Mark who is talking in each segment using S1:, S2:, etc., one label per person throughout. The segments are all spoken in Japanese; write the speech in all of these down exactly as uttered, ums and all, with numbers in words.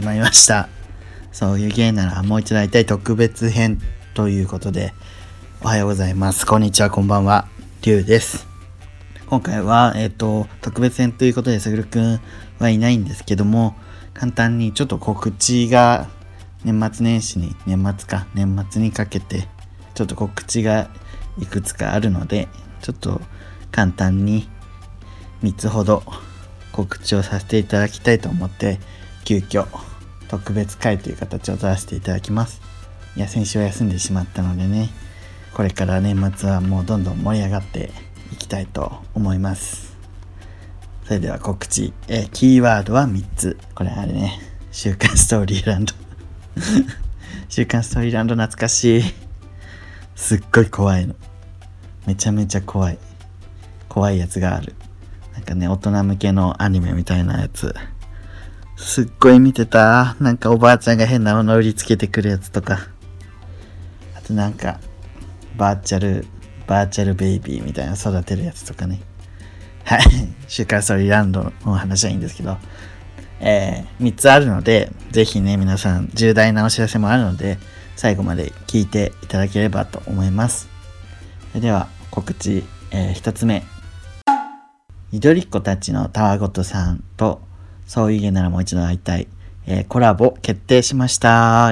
S1: 始まりました。そういう芸ならもう一度会いたい特別編ということで、おはようございます、こんにちは、こんばんは、りゅうです。今回は、えっと、特別編ということで、すぐるくんはいないんですけども、簡単にちょっと告知が年末年始に、年末か、年末にかけて、ちょっと告知がいくつかあるので、ちょっと簡単にみっつほど告知をさせていただきたいと思って、急遽特別会という形を取らせていただきます。いや、先週は休んでしまったのでね、これから年末はもうどんどん盛り上がっていきたいと思います。それでは告知、えキーワードはみっつ。これあれね、週刊ストーリーランド週刊ストーリーランド懐かしい。すっごい怖いの、めちゃめちゃ怖い怖いやつがある。なんかね、大人向けのアニメみたいなやつ、すっごい見てた。なんかおばあちゃんが変なもの売りつけてくるやつとか、あとなんかバーチャルバーチャルベイビーみたいな育てるやつとかね。はい、週刊ストーリーランドの話はいいんですけど、えー、みっつあるので、ぜひね、皆さん重大なお知らせもあるので、最後まで聞いていただければと思います。それでは告知、えー、ひとつめ、ゆとりっ子たちのたわごとさんとそういう芸ならもう一度会いたい、えー、コラボ決定しました。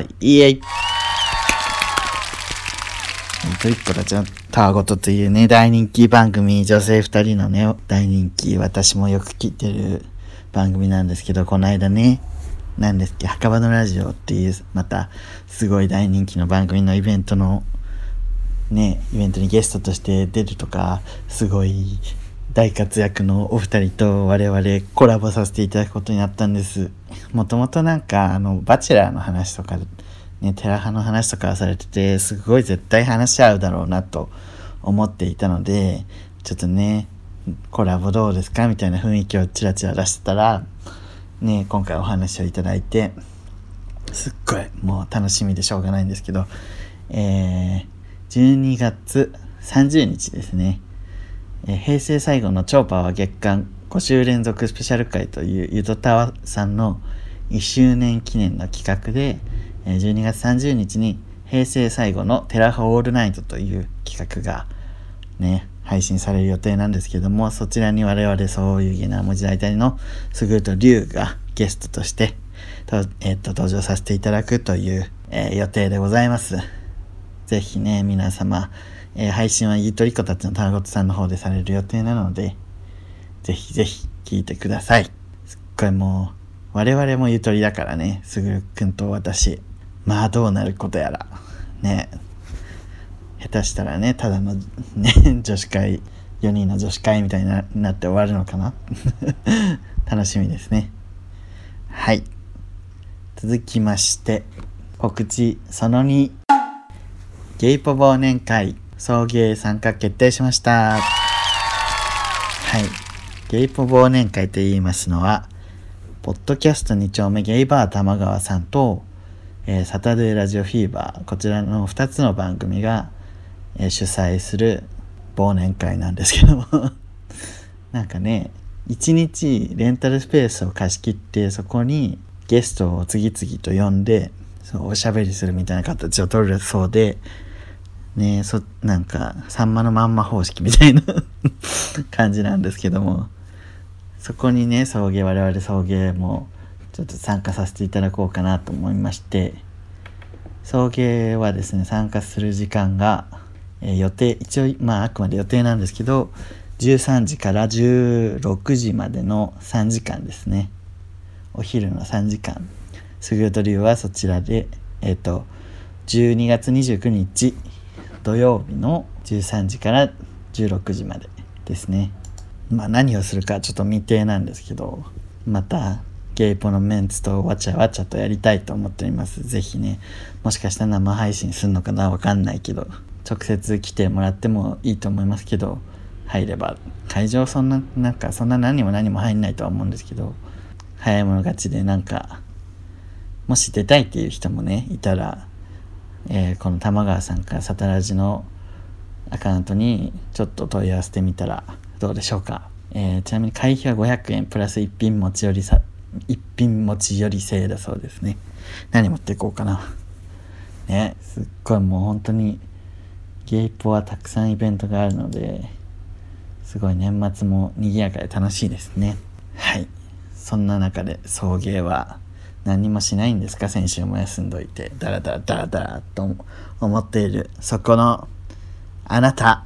S1: イエイ。ゆとりっ子たちのたわごとというね、大人気番組、女性ふたりのね、大人気、私もよく聞いてる番組なんですけど、この間ね、なんですっけ、墓場のラジオっていうまたすごい大人気の番組のイベントのね、イベントにゲストとして出るとか、すごい大活躍のお二人と我々コラボさせていただくことになったんです。もともとなんかあのバチェラーの話とかね、テラハの話とかされてて、すごい絶対話し合うだろうなと思っていたので、ちょっとね、コラボどうですかみたいな雰囲気をチラチラ出してたらね、今回お話をいただいて、すっごいもう楽しみでしょうがないんですけど、えー、じゅうにがつさんじゅうにちですね、えー、平成最後の超パワー月間ごしゅう連続スペシャル回というゆとたわさんのいっしゅうねん記念の企画で、えー、じゅうにがつさんじゅうにちに平成最後のテラハオールナイトという企画がね、配信される予定なんですけども、そちらに我々そういう芸な文字大体のすぐるとりゅうがゲストとしてと、えー、と登場させていただくという、えー、予定でございます。ぜひね、皆様、えー、配信はゆとりっ子たちのたわごとさんの方でされる予定なので、ぜひぜひ聞いてください。すっごいもう我々もゆとりだからね、すぐるくんと私、まあどうなることやらね、下手したらね、ただのね女子会、よにんの女子会みたいに な, なって終わるのかな楽しみですね。はい、続きまして告知そのに、ゲイポ忘年会送迎参加決定しました。はい、ゲイポ忘年会と言いますのは、ポッドキャストに丁目ゲイバー玉川さんと、えー、サタデーラジオフィーバー、こちらのふたつの番組が、えー、主催する忘年会なんですけどもなんかね、いちにちレンタルスペースを貸し切って、そこにゲストを次々と呼んで、そうおしゃべりするみたいな形を取るそうでね、そなんかさんまのまんま方式みたいな感じなんですけども、そこにね、送迎我々送迎もちょっと参加させていただこうかなと思いまして、送迎はですね、参加する時間が、えー、予定一応まああくまで予定なんですけど、じゅうさんじからじゅうろくじまでのさんじかんですね。お昼のさんじかん、すぐるとりゅうはそちらで、えっとじゅうにがつにじゅうくにち土曜日のじゅうさんじからじゅうろくじまでですね。まあ何をするかちょっと未定なんですけど、またゲイポのメンツとわちゃわちゃとやりたいと思っております。ぜひね、もしかしたら生配信するのかな、わかんないけど、直接来てもらってもいいと思いますけど、入れば、会場そんななんかそんな何も何も入んないとは思うんですけど、早い者勝ちで、なんかもし出たいっていう人もねいたら、えー、この玉川さんからサタラジのアカウントにちょっと問い合わせてみたらどうでしょうか。えー、ちなみに会費はごひゃくえんプラス一品持ち寄りさ一品持ち寄り制だそうですね。何持っていこうかな。ね、すっごいもう本当にゲイポはたくさんイベントがあるので、すごい年末も賑やかで楽しいですね。はい。そんな中で送迎は何もしないんですか？先週も休んどいてダラダラダラダラと思っているそこのあなた。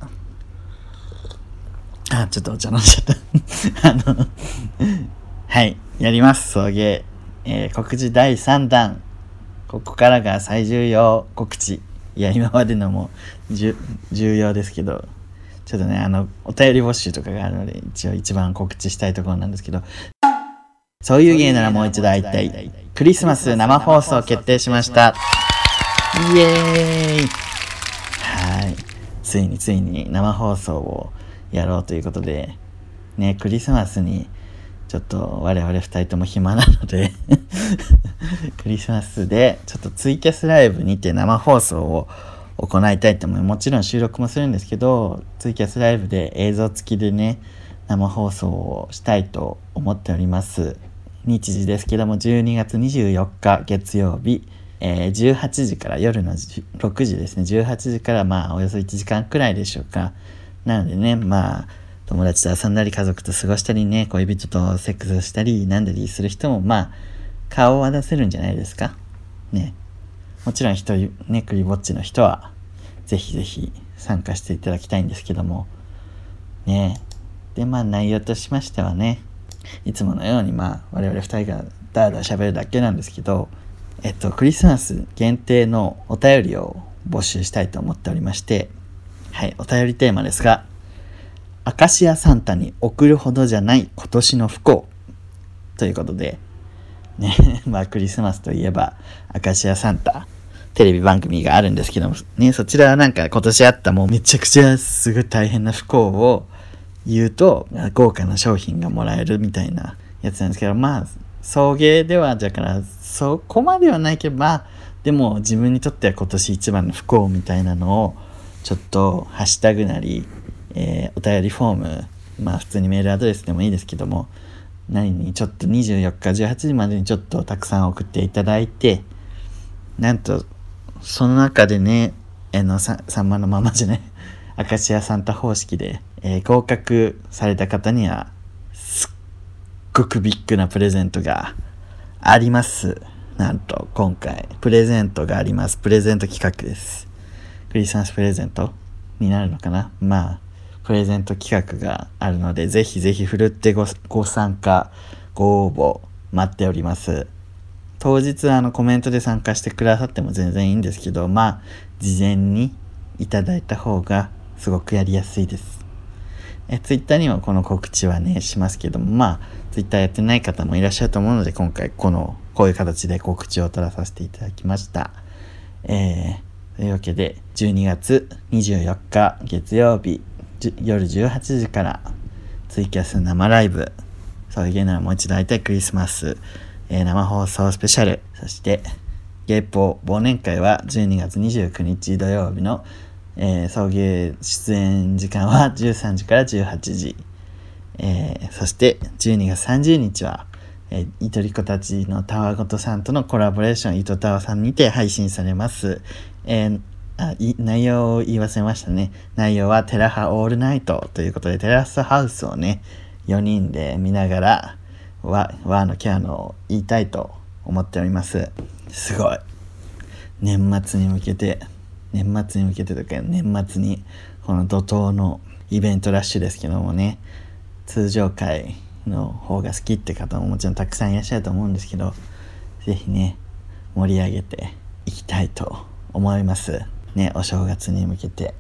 S1: あ、ちょっとお茶飲んじゃったあのはいやります送迎、えー、告知だいさんだん。ここからが最重要告知。いや今までのも重要ですけど、ちょっとねあのお便り募集とかがあるので一応一番告知したいところなんですけど、そういう芸ならもう一度会いたいクリスマス生放送決定しました。イエーイ。はい、ついについに生放送をやろうということでね、クリスマスにちょっと我々ふたりとも暇なのでクリスマスでちょっとツイキャスライブにて生放送を行いたいと思います。もちろん収録もするんですけど、ツイキャスライブで映像付きでね生放送をしたいと思っております。日時ですけどもじゅうにがつにじゅうよっか月曜日、えー、じゅうはちじから夜のろくじですね、じゅうはちじからまあおよそいちじかんくらいでしょうか。なのでね、まあ友達と遊んだり家族と過ごしたりね、恋人とセックスしたりなんだりする人もまあ顔は出せるんじゃないですかね。もちろん一人ねクリぼっちの人はぜひぜひ参加していただきたいんですけどもね。でまあ内容としましてはね、いつものようにまあ我々ふたりがダーダー喋るだけなんですけど、えっとクリスマス限定のお便りを募集したいと思っておりまして、はい、お便りテーマですが、アカシアサンタに送るほどじゃない今年の不幸ということでねまあクリスマスといえばアカシアサンタテレビ番組があるんですけどもね、そちらはなんか今年あったもうめちゃくちゃすごい大変な不幸を言うと豪華な商品がもらえるみたいなやつなんですけど、まあ送迎ではだからそこまではないけど、まあでも自分にとっては今年一番の不幸みたいなのをちょっとハッシュタグなり、えー、お便りフォーム、まあ普通にメールアドレスでもいいですけども、何にちょっとにじゅうよっかじゅうはちじまでにちょっとたくさん送っていただいて、なんとその中でね、あのささんまのままじゃねアカシアサンタ方式で、えー、合格された方にはすっごくビッグなプレゼントがあります。なんと今回プレゼントがあります。プレゼント企画です。クリスマスプレゼントになるのかな。まあプレゼント企画があるのでぜひぜひふるってご、ご参加ご応募待っております。当日あのコメントで参加してくださっても全然いいんですけど、まあ事前にいただいた方がすごくやりやすいです。えツイッターにはこの告知はねしますけども、まあツイッターやってない方もいらっしゃると思うので今回このこういう形で告知を取らさせていただきました。えー、というわけでじゅうにがつにじゅうよっか月曜日夜じゅうはちじからツイキャス生ライブ、そういう芸ならもう一度会いたいクリスマス、えー、生放送スペシャル、そしてゲイポ忘年会はじゅうにがつにじゅうくにち土曜日の、えー、送迎出演時間はじゅうさんじからじゅうはちじ、えー、そしてじゅうにがつさんじゅうにちは、えー、いとりこたちのたわごとさんとのコラボレーション、いとたわさんにて配信されます。えーあい内容を言い忘れましたね。内容はテラハオールナイトということでテラスハウスをねよにんで見ながら和和のキャノを言いたいと思っております。すごい年末に向けて年末に向けてとか年末にこの怒涛のイベントラッシュですけどもね、通常回の方が好きって方ももちろんたくさんいらっしゃると思うんですけど、ぜひね盛り上げていきたいと思いますね。お正月に向けて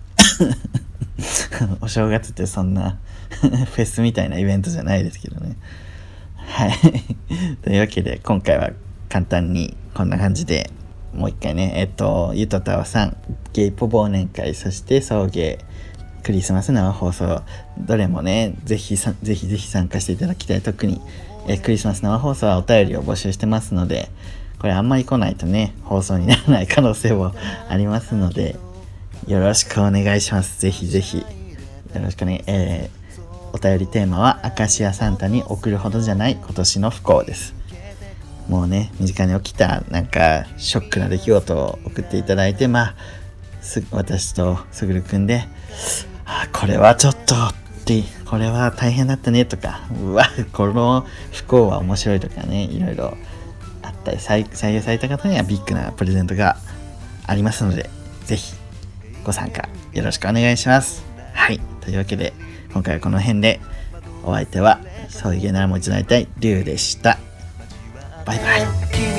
S1: お正月ってそんなフェスみたいなイベントじゃないですけどね。はいというわけで今回は簡単にこんな感じでもう一回ね、えっとゆとたわさんゲイポ忘年会、そして送迎クリスマス生放送、どれもねぜひぜひぜひ参加していただきたい。特にえクリスマス生放送はお便りを募集してますので、これあんまり来ないとね放送にならない可能性もありますのでよろしくお願いします。ぜひぜひよろしくね。えー、 お便りテーマはアカシアサンタに送るほどじゃない今年の不幸です。もうね、身近に起きたなんかショックな出来事を送っていただいて、まあす私とすぐるくんで、あ、これはちょっとってこれは大変だったねとか、うわこの不幸は面白いとかね、いろいろあったり、採用された方にはビッグなプレゼントがありますので、ぜひご参加よろしくお願いします。はい、というわけで今回はこの辺で、お相手はそういうゲーならもう一度会いたいリュウでした。バイバイ。